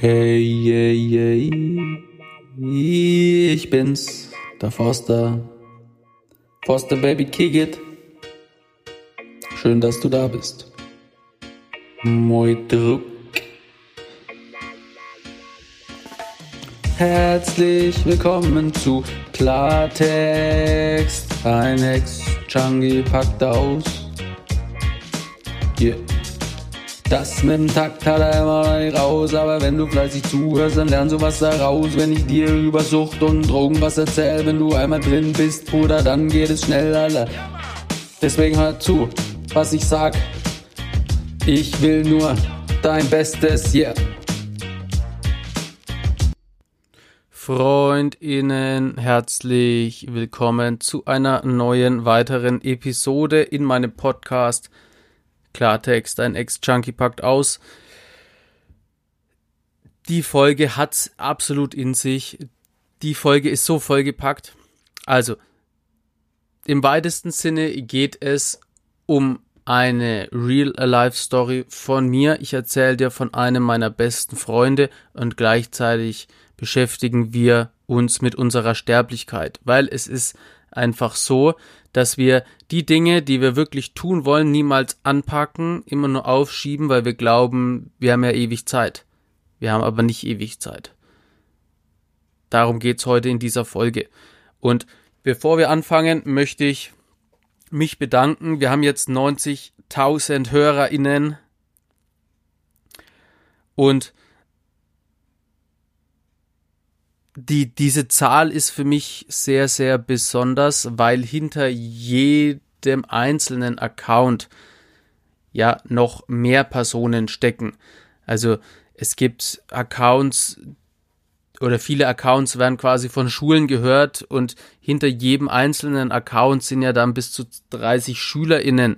Hey, ich bin's, der Forster. Forster Baby, kick it. Schön, dass du da bist. Moi Druck. Herzlich willkommen zu Klartext. Ein Ex-Changi packt aus. Yeah. Das mit dem Takt hat er immer noch nicht raus, aber wenn du fleißig zuhörst, dann lernst du was daraus. Wenn ich dir über Sucht und Drogen was erzähl, wenn du einmal drin bist, Bruder, dann geht es schnell, Alter. Deswegen hör zu, was ich sag. Ich will nur dein Bestes, yeah. FreundInnen, herzlich willkommen zu einer neuen, weiteren Episode in meinem Podcast Klartext, ein Ex-Junkie packt aus. Die Folge hat's absolut in sich. Die Folge ist so vollgepackt. Also, im weitesten Sinne geht es um eine Real-Life-Story von mir. Ich erzähle dir von einem meiner besten Freunde und gleichzeitig beschäftigen wir uns mit unserer Sterblichkeit, weil es ist einfach so, dass wir die Dinge, die wir wirklich tun wollen, niemals anpacken, immer nur aufschieben, weil wir glauben, wir haben ja ewig Zeit. Wir haben aber nicht ewig Zeit. Darum geht's heute in dieser Folge. Und bevor wir anfangen, möchte ich mich bedanken. Wir haben jetzt 90.000 HörerInnen und diese Zahl ist für mich sehr, sehr besonders, weil hinter jedem einzelnen Account ja noch mehr Personen stecken. Also es gibt Accounts oder viele Accounts werden quasi von Schulen gehört und hinter jedem einzelnen Account sind ja dann bis zu 30 SchülerInnen.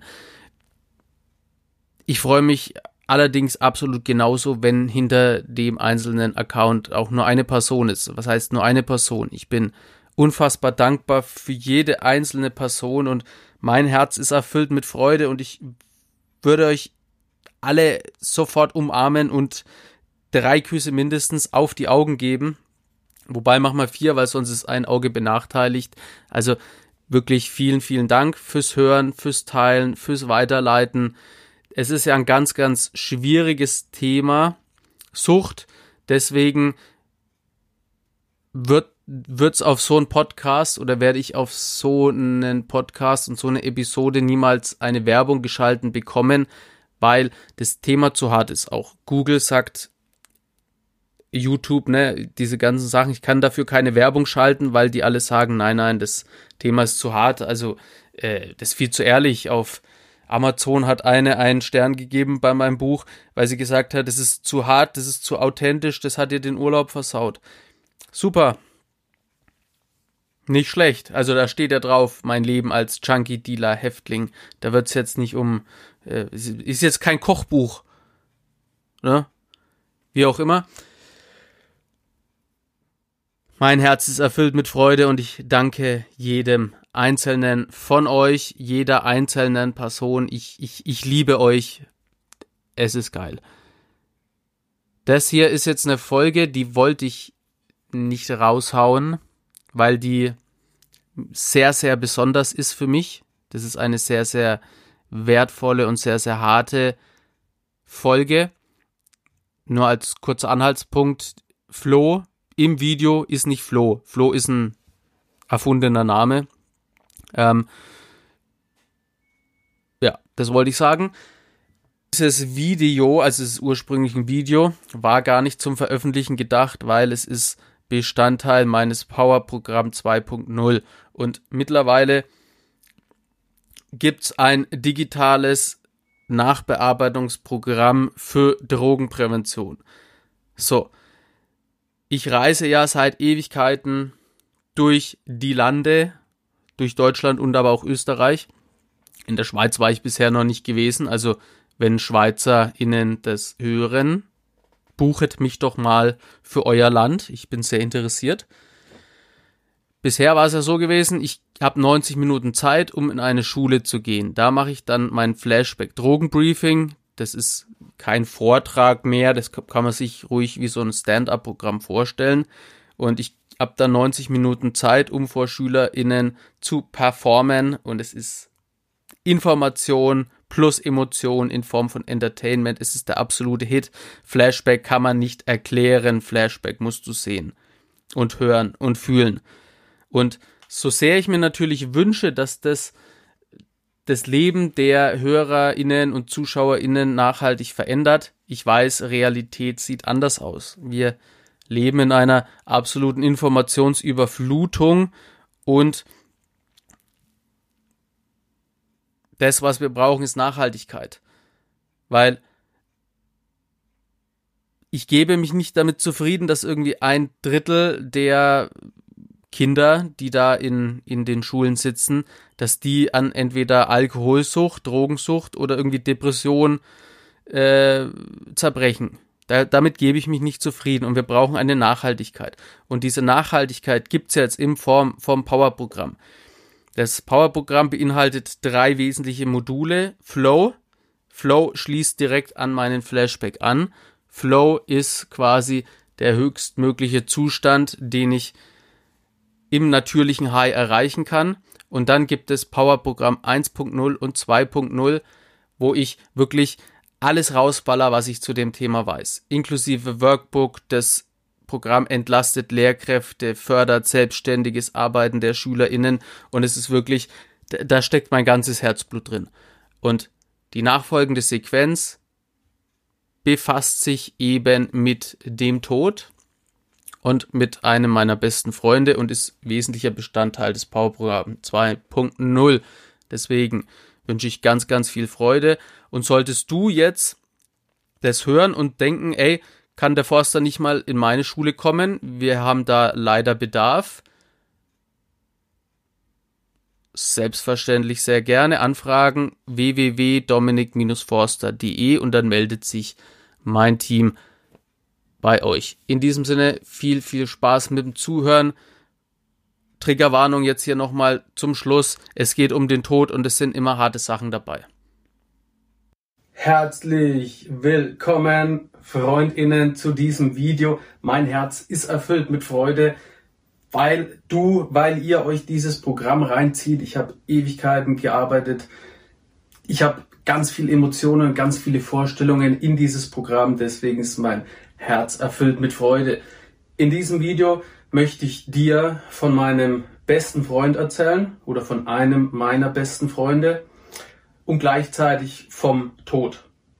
Ich freue mich allerdings absolut genauso, wenn hinter dem einzelnen Account auch nur eine Person ist. Was heißt nur eine Person? Ich bin unfassbar dankbar für jede einzelne Person und mein Herz ist erfüllt mit Freude und ich würde euch alle sofort umarmen und 3 Küsse mindestens auf die Augen geben. Wobei mach mal 4, weil sonst ist ein Auge benachteiligt. Also wirklich vielen, vielen Dank fürs Hören, fürs Teilen, fürs Weiterleiten. Es ist ja ein ganz, ganz schwieriges Thema, Sucht. Deswegen wird's auf so einen Podcast oder werde ich auf so einen Podcast und so eine Episode niemals eine Werbung geschalten bekommen, weil das Thema zu hart ist. Auch Google sagt, YouTube, diese ganzen Sachen, ich kann dafür keine Werbung schalten, weil die alle sagen, nein, das Thema ist zu hart. Also das ist viel zu ehrlich. Auf Amazon hat einen Stern gegeben bei meinem Buch, weil sie gesagt hat, das ist zu hart, das ist zu authentisch, das hat ihr den Urlaub versaut. Super. Nicht schlecht. Also da steht ja drauf, mein Leben als Junkie-Dealer, Häftling. Da wird es jetzt nicht ist jetzt kein Kochbuch. Ne? Wie auch immer. Mein Herz ist erfüllt mit Freude und ich danke jedem Einzelnen von euch, jeder einzelnen Person. Ich liebe euch. Es ist geil. Das hier ist jetzt eine Folge, die wollte ich nicht raushauen, weil die sehr, sehr besonders ist für mich. Das ist eine sehr, sehr wertvolle und sehr, sehr harte Folge. Nur als kurzer Anhaltspunkt, Flo im Video ist nicht Flo. Flo ist ein erfundener Name. Ja, das wollte ich sagen. Dieses Video, also das ursprüngliche Video, war gar nicht zum Veröffentlichen gedacht, weil es ist Bestandteil meines Power-Programm 2.0 und mittlerweile gibt's ein digitales Nachbearbeitungsprogramm für Drogenprävention. So, ich reise ja seit Ewigkeiten durch die Lande, durch Deutschland und aber auch Österreich. In der Schweiz war ich bisher noch nicht gewesen, also wenn SchweizerInnen das hören, buchet mich doch mal für euer Land, ich bin sehr interessiert. Bisher war es ja so gewesen, ich habe 90 Minuten Zeit, um in eine Schule zu gehen. Da mache ich dann mein Flashback-Drogenbriefing, das ist kein Vortrag mehr, das kann man sich ruhig wie so ein Stand-up-Programm vorstellen. Und ich habe da 90 Minuten Zeit, um vor SchülerInnen zu performen. Und es ist Information plus Emotion in Form von Entertainment. Es ist der absolute Hit. Flashback kann man nicht erklären. Flashback musst du sehen und hören und fühlen. Und so sehr ich mir natürlich wünsche, dass das Leben der HörerInnen und ZuschauerInnen nachhaltig verändert, ich weiß, Realität sieht anders aus. Wir leben in einer absoluten Informationsüberflutung und das, was wir brauchen, ist Nachhaltigkeit. Weil ich gebe mich nicht damit zufrieden, dass irgendwie 1/3 der Kinder, die da in den Schulen sitzen, dass die an entweder Alkoholsucht, Drogensucht oder irgendwie Depression zerbrechen. Damit gebe ich mich nicht zufrieden und wir brauchen eine Nachhaltigkeit. Und diese Nachhaltigkeit gibt es jetzt in Form vom Power-Programm. Das Power-Programm beinhaltet 3 wesentliche Module. Flow schließt direkt an meinen Flashback an. Flow ist quasi der höchstmögliche Zustand, den ich im natürlichen High erreichen kann. Und dann gibt es Power-Programm 1.0 und 2.0, wo ich wirklich alles rausballer, was ich zu dem Thema weiß. Inklusive Workbook, das Programm entlastet Lehrkräfte, fördert selbstständiges Arbeiten der SchülerInnen und es ist wirklich, da steckt mein ganzes Herzblut drin. Und die nachfolgende Sequenz befasst sich eben mit dem Tod und mit einem meiner besten Freunde und ist wesentlicher Bestandteil des Powerprogramms 2.0. Deswegen wünsche ich ganz, ganz viel Freude. Und solltest du jetzt das hören und denken, ey, kann der Forster nicht mal in meine Schule kommen? Wir haben da leider Bedarf. Selbstverständlich sehr gerne anfragen www.dominik-forster.de und dann meldet sich mein Team bei euch. In diesem Sinne viel, viel Spaß mit dem Zuhören. Triggerwarnung jetzt hier nochmal zum Schluss. Es geht um den Tod und es sind immer harte Sachen dabei. Herzlich willkommen, FreundInnen, zu diesem Video. Mein Herz ist erfüllt mit Freude, weil ihr euch dieses Programm reinzieht. Ich habe Ewigkeiten gearbeitet. Ich habe ganz viele Emotionen, ganz viele Vorstellungen in dieses Programm. Deswegen ist mein Herz erfüllt mit Freude. In diesem Video möchte ich dir von meinem besten Freund erzählen oder von einem meiner besten Freunde und gleichzeitig vom Tod.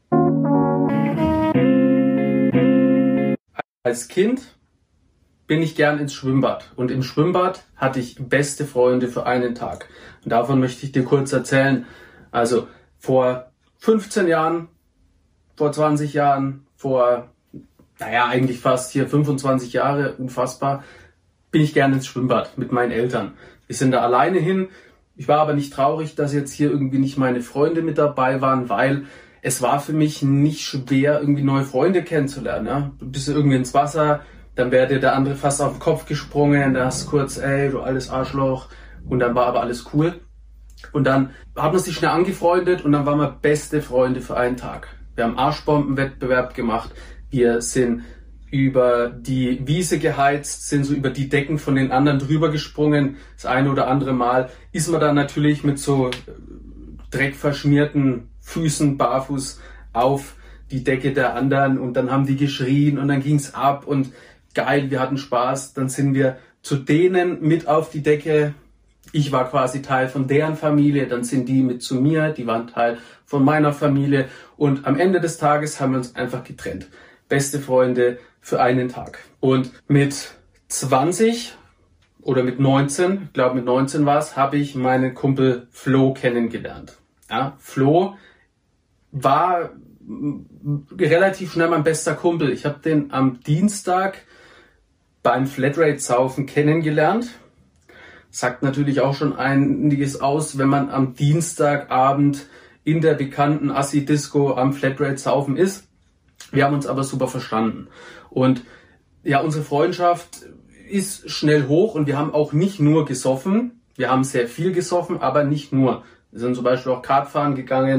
Als Kind bin ich gern ins Schwimmbad und im Schwimmbad hatte ich beste Freunde für einen Tag. Und davon möchte ich dir kurz erzählen. Also vor 15 Jahren, vor 20 Jahren, eigentlich fast hier 25 Jahre, unfassbar, bin ich gerne ins Schwimmbad mit meinen Eltern. Wir sind da alleine hin. Ich war aber nicht traurig, dass jetzt hier irgendwie nicht meine Freunde mit dabei waren, weil es war für mich nicht schwer, irgendwie neue Freunde kennenzulernen. Ja? Du bist irgendwie ins Wasser, dann wäre dir der andere fast auf den Kopf gesprungen, da hast du kurz, ey, du altes Arschloch, und dann war aber alles cool. Und dann hat man sich schnell angefreundet und dann waren wir beste Freunde für einen Tag. Wir haben Arschbombenwettbewerb gemacht, wir sind über die Wiese geheizt, sind so über die Decken von den anderen drüber gesprungen. Das eine oder andere Mal ist man dann natürlich mit so dreckverschmierten Füßen barfuß auf die Decke der anderen und dann haben die geschrien und dann ging's ab und geil, wir hatten Spaß. Dann sind wir zu denen mit auf die Decke. Ich war quasi Teil von deren Familie, dann sind die mit zu mir, die waren Teil von meiner Familie und am Ende des Tages haben wir uns einfach getrennt. Beste Freunde für einen Tag. Und mit 20 oder mit 19, ich glaube mit 19 war es, habe ich meinen Kumpel Flo kennengelernt. Ja, Flo war relativ schnell mein bester Kumpel. Ich habe den am Dienstag beim Flatrate-Saufen kennengelernt. Sagt natürlich auch schon einiges aus, wenn man am Dienstagabend in der bekannten Assi-Disco am Flatrate-Saufen ist. Wir haben uns aber super verstanden. Und ja, unsere Freundschaft ist schnell hoch und wir haben auch nicht nur gesoffen. Wir haben sehr viel gesoffen, aber nicht nur. Wir sind zum Beispiel auch Kartfahren gegangen.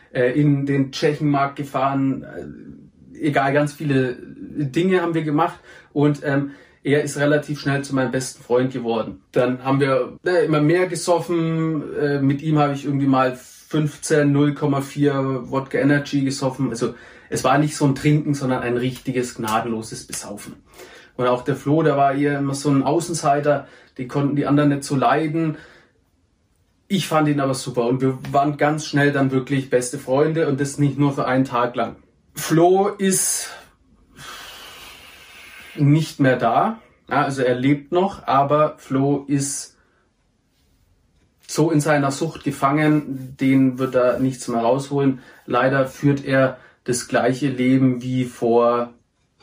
in den Tschechenmarkt gefahren, egal, ganz viele Dinge haben wir gemacht und er ist relativ schnell zu meinem besten Freund geworden. Dann haben wir immer mehr gesoffen, mit ihm habe ich irgendwie mal 15 0,4 Wodka Energy gesoffen, also es war nicht so ein Trinken, sondern ein richtiges, gnadenloses Besaufen. Und auch der Flo, der war eher immer so ein Außenseiter, den konnten die anderen nicht so leiden. Ich fand ihn aber super und wir waren ganz schnell dann wirklich beste Freunde und das nicht nur für einen Tag lang. Flo ist nicht mehr da, ja, also er lebt noch, aber Flo ist so in seiner Sucht gefangen, den wird er nichts mehr rausholen. Leider führt er das gleiche Leben wie vor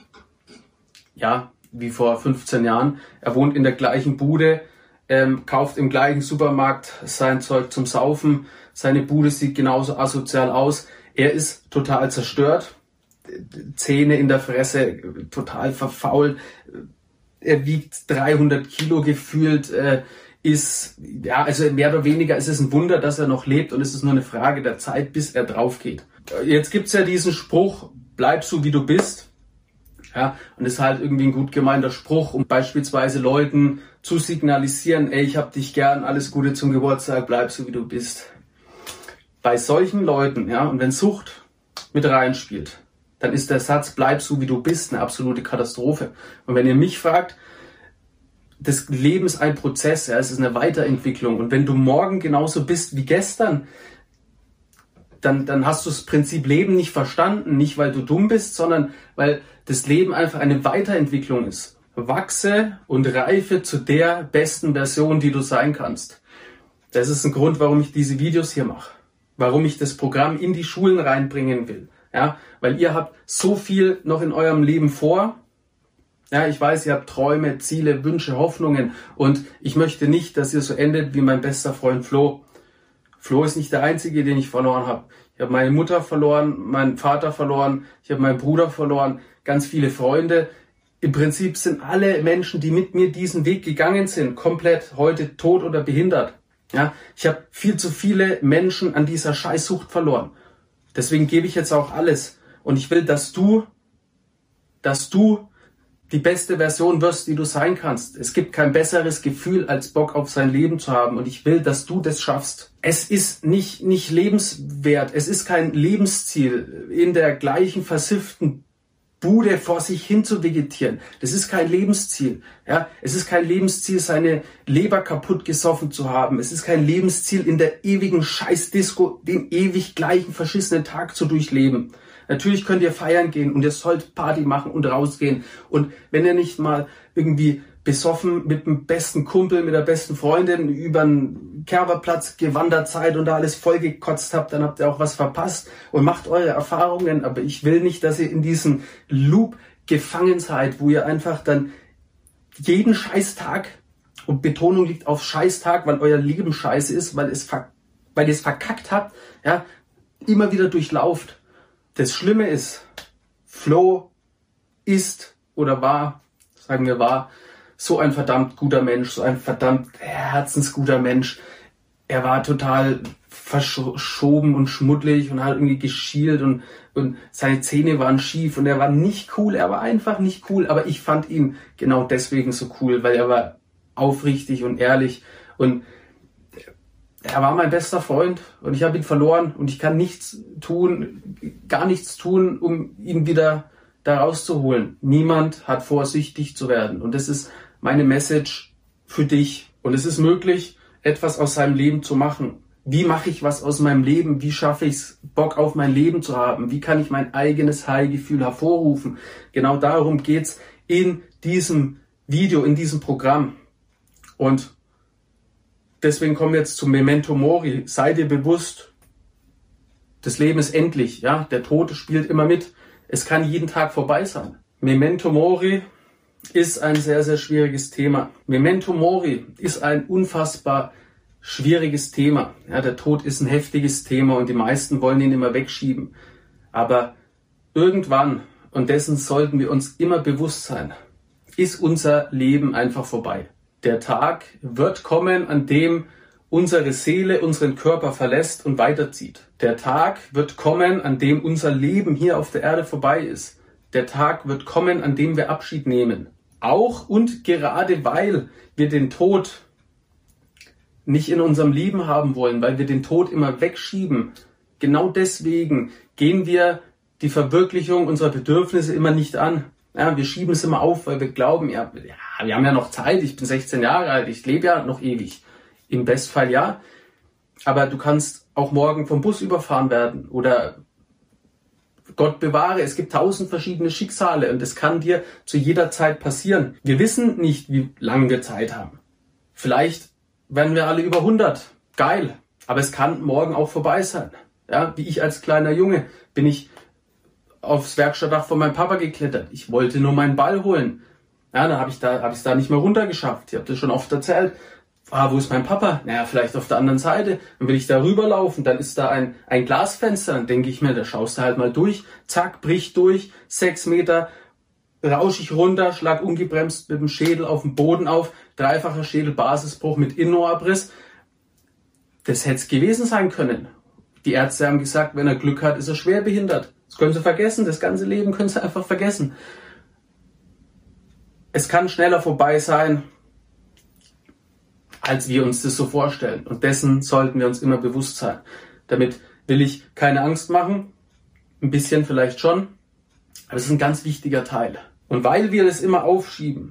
15 Jahren. Er wohnt in der gleichen Bude, kauft im gleichen Supermarkt sein Zeug zum Saufen. Seine Bude sieht genauso asozial aus. Er ist total zerstört. Zähne in der Fresse, total verfault. Er wiegt 300 Kilo gefühlt. Also mehr oder weniger ist es ein Wunder, dass er noch lebt und es ist nur eine Frage der Zeit, bis er drauf geht. Jetzt gibt's ja diesen Spruch, bleib so wie du bist. Ja, und das ist halt irgendwie ein gut gemeinter Spruch, um beispielsweise Leuten zu signalisieren, ey, ich hab dich gern, alles Gute zum Geburtstag, bleib so wie du bist. Bei solchen Leuten, ja, und wenn Sucht mit reinspielt, dann ist der Satz, bleib so wie du bist, eine absolute Katastrophe. Und wenn ihr mich fragt, das Leben ist ein Prozess, ja, es ist eine Weiterentwicklung. Und wenn du morgen genauso bist wie gestern, dann hast du das Prinzip Leben nicht verstanden. Nicht, weil du dumm bist, sondern weil das Leben einfach eine Weiterentwicklung ist. Wachse und reife zu der besten Version, die du sein kannst. Das ist ein Grund, warum ich diese Videos hier mache. Warum ich das Programm in die Schulen reinbringen will. Ja, weil ihr habt so viel noch in eurem Leben vor. Ja, ich weiß, ihr habt Träume, Ziele, Wünsche, Hoffnungen und ich möchte nicht, dass ihr so endet wie mein bester Freund Flo. Flo ist nicht der Einzige, den ich verloren habe. Ich habe meine Mutter verloren, meinen Vater verloren, ich habe meinen Bruder verloren, ganz viele Freunde. Im Prinzip sind alle Menschen, die mit mir diesen Weg gegangen sind, komplett heute tot oder behindert. Ja, ich habe viel zu viele Menschen an dieser Scheißsucht verloren. Deswegen gebe ich jetzt auch alles. Und ich will, dass du die beste Version wirst, die du sein kannst. Es gibt kein besseres Gefühl, als Bock auf sein Leben zu haben. Und ich will, dass du das schaffst. Es ist nicht lebenswert. Es ist kein Lebensziel, in der gleichen versifften Bude vor sich hin zu vegetieren. Das ist kein Lebensziel. Ja, es ist kein Lebensziel, seine Leber kaputt gesoffen zu haben. Es ist kein Lebensziel, in der ewigen Scheißdisco den ewig gleichen verschissenen Tag zu durchleben. Natürlich könnt ihr feiern gehen und ihr sollt Party machen und rausgehen. Und wenn ihr nicht mal irgendwie besoffen mit dem besten Kumpel, mit der besten Freundin über einen Kerberplatz gewandert seid und da alles vollgekotzt habt, dann habt ihr auch was verpasst und macht eure Erfahrungen. Aber ich will nicht, dass ihr in diesem Loop gefangen seid, wo ihr einfach dann jeden Scheißtag, und Betonung liegt auf Scheißtag, weil euer Leben scheiße ist, weil ihr es verkackt habt, ja, immer wieder durchlauft. Das Schlimme ist, Flo ist oder war, sagen wir war, so ein verdammt guter Mensch, so ein verdammt herzensguter Mensch. Er war total verschoben und schmuddelig und hat irgendwie geschielt und seine Zähne waren schief und er war nicht cool, er war einfach nicht cool, aber ich fand ihn genau deswegen so cool, weil er war aufrichtig und ehrlich und er war mein bester Freund und ich habe ihn verloren und ich kann nichts tun, gar nichts tun, um ihn wieder da rauszuholen. Niemand hat vor, süchtig zu werden und das ist meine Message für dich. Und es ist möglich, etwas aus seinem Leben zu machen. Wie mache ich was aus meinem Leben? Wie schaffe ich es, Bock auf mein Leben zu haben? Wie kann ich mein eigenes High-Gefühl hervorrufen? Genau darum geht's in diesem Video, in diesem Programm. Und deswegen kommen wir jetzt zu Memento Mori. Sei dir bewusst, das Leben ist endlich. Ja? Der Tod spielt immer mit. Es kann jeden Tag vorbei sein. Memento Mori ist ein sehr, sehr schwieriges Thema. Memento Mori ist ein unfassbar schwieriges Thema. Ja, der Tod ist ein heftiges Thema und die meisten wollen ihn immer wegschieben. Aber irgendwann, und dessen sollten wir uns immer bewusst sein, ist unser Leben einfach vorbei. Der Tag wird kommen, an dem unsere Seele unseren Körper verlässt und weiterzieht. Der Tag wird kommen, an dem unser Leben hier auf der Erde vorbei ist. Der Tag wird kommen, an dem wir Abschied nehmen. Auch und gerade weil wir den Tod nicht in unserem Leben haben wollen, weil wir den Tod immer wegschieben, genau deswegen gehen wir die Verwirklichung unserer Bedürfnisse immer nicht an. Ja, wir schieben es immer auf, weil wir glauben, ja, wir haben ja noch Zeit, ich bin 16 Jahre alt, ich lebe ja noch ewig. Im Bestfall ja, aber du kannst auch morgen vom Bus überfahren werden oder Gott bewahre, es gibt 1000 verschiedene Schicksale und es kann dir zu jeder Zeit passieren. Wir wissen nicht, wie lange wir Zeit haben. Vielleicht werden wir alle über 100. Geil. Aber es kann morgen auch vorbei sein. Ja, wie ich als kleiner Junge bin ich aufs Werkstattdach von meinem Papa geklettert. Ich wollte nur meinen Ball holen. Ja, dann habe ich da nicht mehr runtergeschafft. Ich habe das schon oft erzählt. Wo ist mein Papa? Naja, vielleicht auf der anderen Seite. Dann will ich da rüberlaufen, dann ist da ein Glasfenster. Dann denke ich mir, da schaust du halt mal durch. Zack, bricht durch. 6 Meter, rausch ich runter, schlag ungebremst mit dem Schädel auf den Boden auf. 3-facher Schädelbasisbruch mit Innenohabriss. Das hätte es gewesen sein können. Die Ärzte haben gesagt, wenn er Glück hat, ist er schwer behindert. Das können Sie vergessen, das ganze Leben können Sie einfach vergessen. Es kann schneller vorbei sein, als wir uns das so vorstellen. Und dessen sollten wir uns immer bewusst sein. Damit will ich keine Angst machen, ein bisschen vielleicht schon, aber es ist ein ganz wichtiger Teil. Und weil wir das immer aufschieben,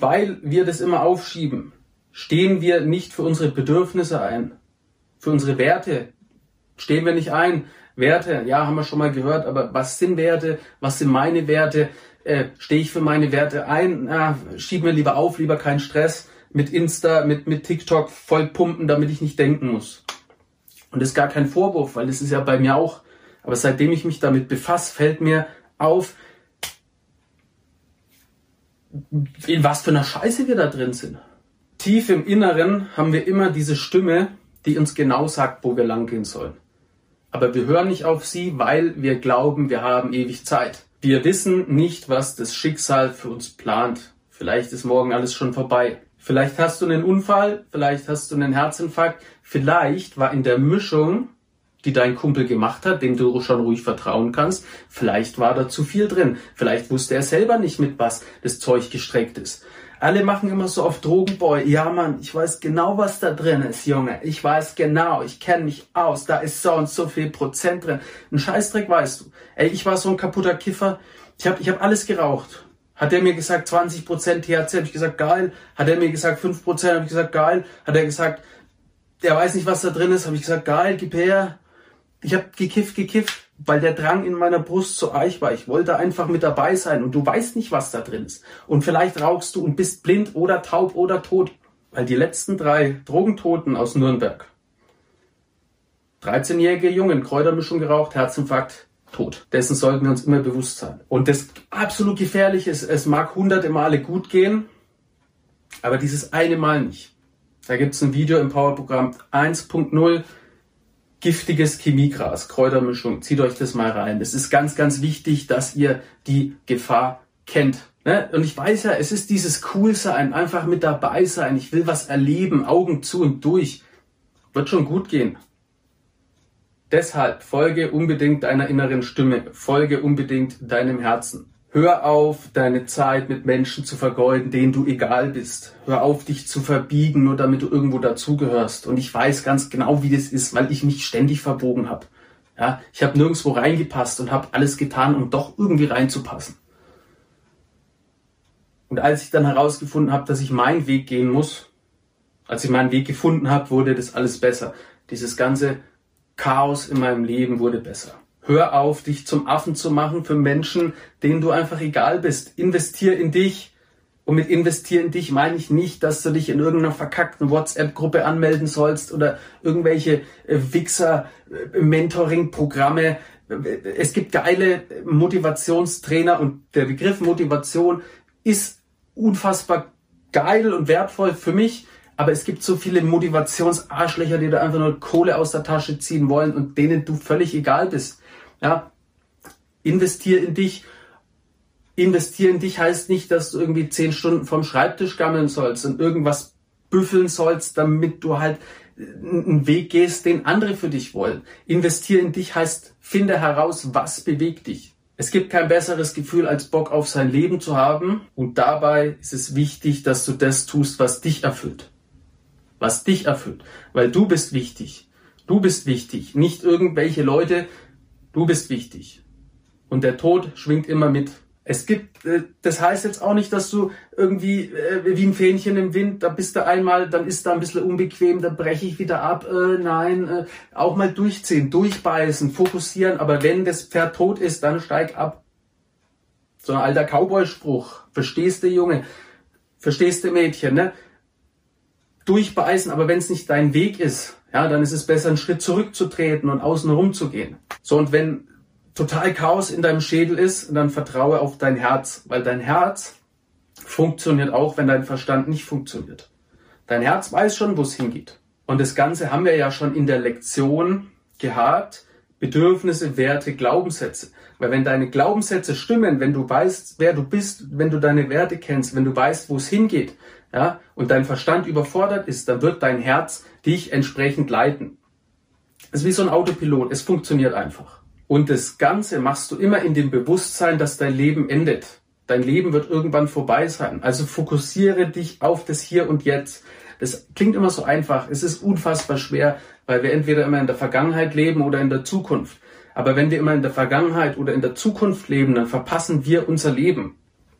stehen wir nicht für unsere Bedürfnisse ein, für unsere Werte stehen wir nicht ein. Werte, ja, haben wir schon mal gehört, aber was sind Werte? Was sind meine Werte? Stehe ich für meine Werte ein? Schieb mir lieber auf, lieber keinen Stress mit Insta, mit TikTok voll pumpen, damit ich nicht denken muss. Und das ist gar kein Vorwurf, weil das ist ja bei mir auch. Aber seitdem ich mich damit befasse, fällt mir auf, in was für einer Scheiße wir da drin sind. Tief im Inneren haben wir immer diese Stimme, die uns genau sagt, wo wir lang gehen sollen. Aber wir hören nicht auf sie, weil wir glauben, wir haben ewig Zeit. Wir wissen nicht, was das Schicksal für uns plant. Vielleicht ist morgen alles schon vorbei. Vielleicht hast du einen Unfall, vielleicht hast du einen Herzinfarkt. Vielleicht war in der Mischung, die dein Kumpel gemacht hat, dem du schon ruhig vertrauen kannst, vielleicht war da zu viel drin. Vielleicht wusste er selber nicht, mit was das Zeug gestreckt ist. Alle machen immer so auf Drogenboy. Ja, Mann, ich weiß genau, was da drin ist, Junge. Ich weiß genau, ich kenne mich aus. Da ist so und so viel Prozent drin. Ein Scheißdreck, weißt du. Ey, ich war so ein kaputter Kiffer. Ich hab alles geraucht. Hat er mir gesagt 20% THC, habe ich gesagt, geil. Hat er mir gesagt 5%, habe ich gesagt, geil. Hat er gesagt, der weiß nicht, was da drin ist, habe ich gesagt, geil, gib her. Ich habe gekifft, weil der Drang in meiner Brust so eich war. Ich wollte einfach mit dabei sein und du weißt nicht, was da drin ist. Und vielleicht rauchst du und bist blind oder taub oder tot. Weil die letzten 3 Drogentoten aus Nürnberg, 13-jährige Jungen, Kräutermischung geraucht, Herzinfarkt, tot. Dessen sollten wir uns immer bewusst sein. Und das absolut Gefährliche ist, es mag hunderte Male gut gehen, aber dieses eine Mal nicht. Da gibt es ein Video im Powerprogramm 1.0, giftiges Chemiegras, Kräutermischung. Zieht euch das mal rein. Es ist ganz, ganz wichtig, dass ihr die Gefahr kennt. Und ich weiß ja, es ist dieses Coolsein, einfach mit dabei sein. Ich will was erleben, Augen zu und durch. Wird schon gut gehen. Deshalb folge unbedingt deiner inneren Stimme. Folge unbedingt deinem Herzen. Hör auf, deine Zeit mit Menschen zu vergeuden, denen du egal bist. Hör auf, dich zu verbiegen, nur damit du irgendwo dazugehörst. Und ich weiß ganz genau, wie das ist, weil ich mich ständig verbogen habe. Ja, ich habe nirgendwo reingepasst und habe alles getan, um doch irgendwie reinzupassen. Und als ich dann herausgefunden habe, dass ich meinen Weg gehen muss, als ich meinen Weg gefunden habe, wurde das alles besser. Dieses ganze Chaos in meinem Leben wurde besser. Hör auf, dich zum Affen zu machen für Menschen, denen du einfach egal bist. Investier in dich. Und mit investier in dich meine ich nicht, dass du dich in irgendeiner verkackten WhatsApp-Gruppe anmelden sollst oder irgendwelche Wichser-Mentoring-Programme. Es gibt geile Motivationstrainer und der Begriff Motivation ist unfassbar geil und wertvoll für mich. Aber es gibt so viele Motivationsarschlöcher, die da einfach nur Kohle aus der Tasche ziehen wollen und denen du völlig egal bist. Ja, investier in dich. Investieren in dich heißt nicht, dass du irgendwie 10 Stunden vom Schreibtisch gammeln sollst und irgendwas büffeln sollst, damit du halt einen Weg gehst, den andere für dich wollen. Investieren in dich heißt, finde heraus, was bewegt dich. Es gibt kein besseres Gefühl, als Bock auf sein Leben zu haben. Und dabei ist es wichtig, dass du das tust, was dich erfüllt. Was dich erfüllt. Weil du bist wichtig. Du bist wichtig. Nicht irgendwelche Leute. Du bist wichtig. Und der Tod schwingt immer mit. Es gibt, das heißt jetzt auch nicht, dass du irgendwie wie ein Fähnchen im Wind, da bist du einmal, dann ist da ein bisschen unbequem, dann breche ich wieder ab. Nein, auch mal durchziehen, durchbeißen, fokussieren. Aber wenn das Pferd tot ist, dann steig ab. So ein alter Cowboy-Spruch. Verstehst du, Junge? Verstehst du, Mädchen, ne? Durchbeißen, aber wenn es nicht dein Weg ist, ja, dann ist es besser, einen Schritt zurückzutreten und außen rum zu gehen. So, und wenn total Chaos in deinem Schädel ist, dann vertraue auf dein Herz, weil dein Herz funktioniert auch, wenn dein Verstand nicht funktioniert. Dein Herz weiß schon, wo es hingeht. Und das Ganze haben wir ja schon in der Lektion gehabt. Bedürfnisse, Werte, Glaubenssätze. Weil wenn deine Glaubenssätze stimmen, wenn du weißt, wer du bist, wenn du deine Werte kennst, wenn du weißt, wo es hingeht, ja, und dein Verstand überfordert ist, dann wird dein Herz dich entsprechend leiten. Es ist wie so ein Autopilot, es funktioniert einfach. Und das Ganze machst du immer in dem Bewusstsein, dass dein Leben endet. Dein Leben wird irgendwann vorbei sein. Also fokussiere dich auf das Hier und Jetzt. Das klingt immer so einfach. Es ist unfassbar schwer, weil wir entweder immer in der Vergangenheit leben oder in der Zukunft. Aber wenn wir immer in der Vergangenheit oder in der Zukunft leben, dann verpassen wir unser Leben.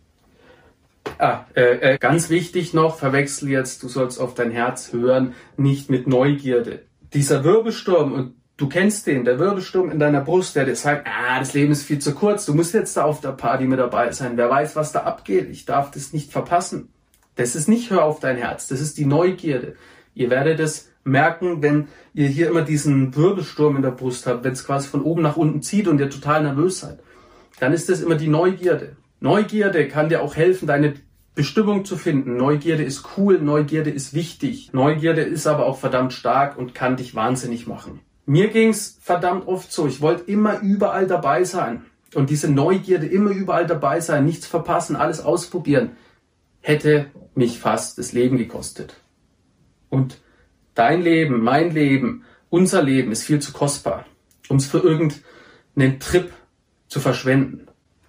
Ganz wichtig noch, verwechsel jetzt, du sollst auf dein Herz hören, nicht mit Neugierde. Dieser Wirbelsturm, und du kennst den, der Wirbelsturm in deiner Brust, der dir sagt, das Leben ist viel zu kurz, du musst jetzt da auf der Party mit dabei sein, wer weiß, was da abgeht, ich darf das nicht verpassen. Das ist nicht hör auf dein Herz, das ist die Neugierde. Ihr werdet es merken, wenn ihr hier immer diesen Wirbelsturm in der Brust habt, wenn es quasi von oben nach unten zieht und ihr total nervös seid, dann ist das immer die Neugierde. Neugierde kann dir auch helfen, deine Bestimmung zu finden. Neugierde ist cool, Neugierde ist wichtig. Neugierde ist aber auch verdammt stark und kann dich wahnsinnig machen. Mir ging's verdammt oft so, ich wollte immer überall dabei sein. Und diese Neugierde, immer überall dabei sein, nichts verpassen, alles ausprobieren, hätte mich fast das Leben gekostet. Und dein Leben, mein Leben, unser Leben ist viel zu kostbar, um es für irgendeinen Trip zu verschwenden.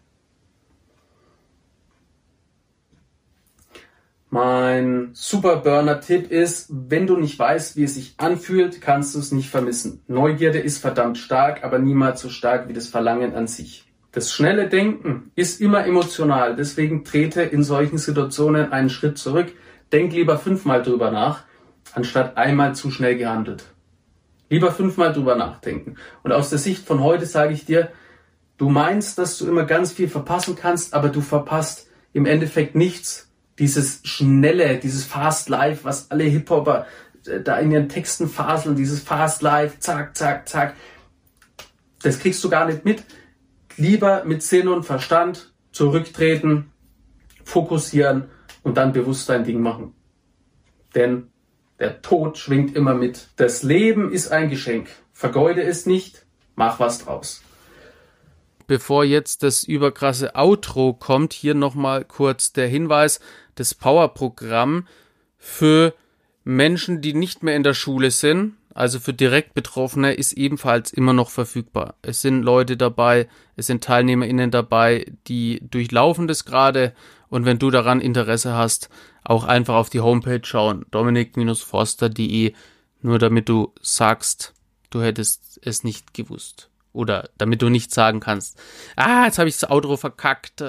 Mein super Burner-Tipp ist, wenn du nicht weißt, wie es sich anfühlt, kannst du es nicht vermissen. Neugierde ist verdammt stark, aber niemals so stark wie das Verlangen an sich. Das schnelle Denken ist immer emotional, deswegen trete in solchen Situationen einen Schritt zurück. Denk lieber 5-mal drüber nach, anstatt einmal zu schnell gehandelt. Lieber 5-mal drüber nachdenken. Und aus der Sicht von heute sage ich dir, du meinst, dass du immer ganz viel verpassen kannst, aber du verpasst im Endeffekt nichts. Dieses schnelle, dieses Fast Life, was alle Hip-Hopper da in ihren Texten faseln, dieses Fast Life, zack, zack, zack, das kriegst du gar nicht mit. Lieber mit Sinn und Verstand zurücktreten, fokussieren und dann bewusst dein Ding machen. Denn der Tod schwingt immer mit. Das Leben ist ein Geschenk. Vergeude es nicht, mach was draus. Bevor jetzt das überkrasse Outro kommt, hier nochmal kurz der Hinweis, das Power-Programm für Menschen, die nicht mehr in der Schule sind, also für direkt Betroffene, ist ebenfalls immer noch verfügbar. Es sind Leute dabei, es sind TeilnehmerInnen dabei, die durchlaufen das gerade, und wenn du daran Interesse hast, auch einfach auf die Homepage schauen, dominik-forster.de, nur damit du sagst, du hättest es nicht gewusst. Oder damit du nicht sagen kannst, jetzt habe ich das Outro verkackt.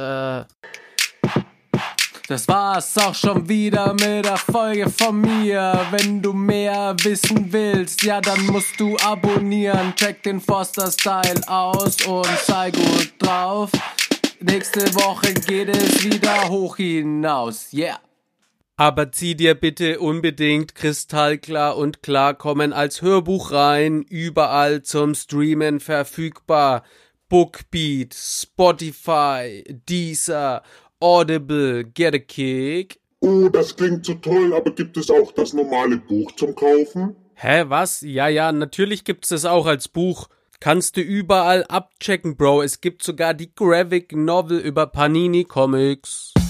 Das war's auch schon wieder mit der Folge von mir. Wenn du mehr wissen willst, ja, dann musst du abonnieren. Check den Forster-Style aus und sei gut drauf. Nächste Woche geht es wieder hoch hinaus. Yeah! Aber zieh dir bitte unbedingt Kristallklar und Klarkommen als Hörbuch rein, überall zum Streamen verfügbar. Bookbeat, Spotify, Deezer, Audible, Get a Kick. Oh, das klingt so toll, aber gibt es auch das normale Buch zum Kaufen? Hä, was? Ja, natürlich gibt's das auch als Buch. Kannst du überall abchecken, Bro. Es gibt sogar die Graphic Novel über Panini Comics.